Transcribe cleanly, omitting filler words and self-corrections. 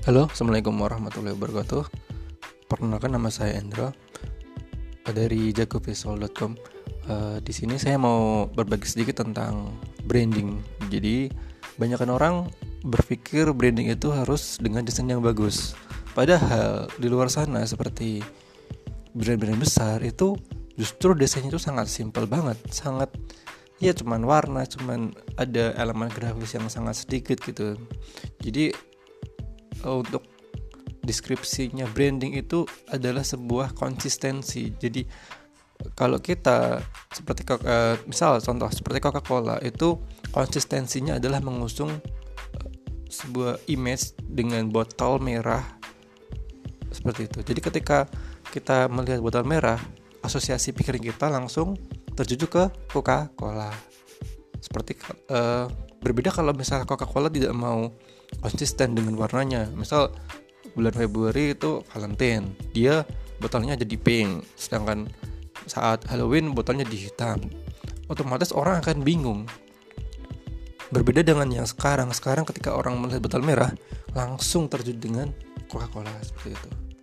Halo, assalamualaikum warahmatullahi wabarakatuh. Perkenalkan, nama saya Endra dari jagovisual.com. Di sini saya mau berbagi sedikit tentang branding. Jadi, banyakkan orang berpikir branding itu harus dengan desain yang bagus. Padahal di luar sana seperti brand-brand besar itu justru desainnya itu sangat simpel banget, sangat cuman warna, cuman ada elemen grafis yang sangat sedikit gitu. Jadi untuk deskripsinya branding itu adalah sebuah konsistensi. Jadi kalau kita seperti misal contoh seperti Coca-Cola, itu konsistensinya adalah mengusung sebuah image dengan botol merah seperti itu. Jadi ketika kita melihat botol merah, asosiasi pikiran kita langsung tertuju ke Coca-Cola. Seperti berbeda kalau misalnya Coca-Cola tidak mau konsisten dengan warnanya. Misal bulan Februari itu Valentine, dia botolnya jadi pink, sedangkan saat Halloween botolnya di hitam. Otomatis orang akan bingung. Berbeda dengan yang sekarang ketika orang melihat botol merah langsung tertuju dengan Coca-Cola seperti itu.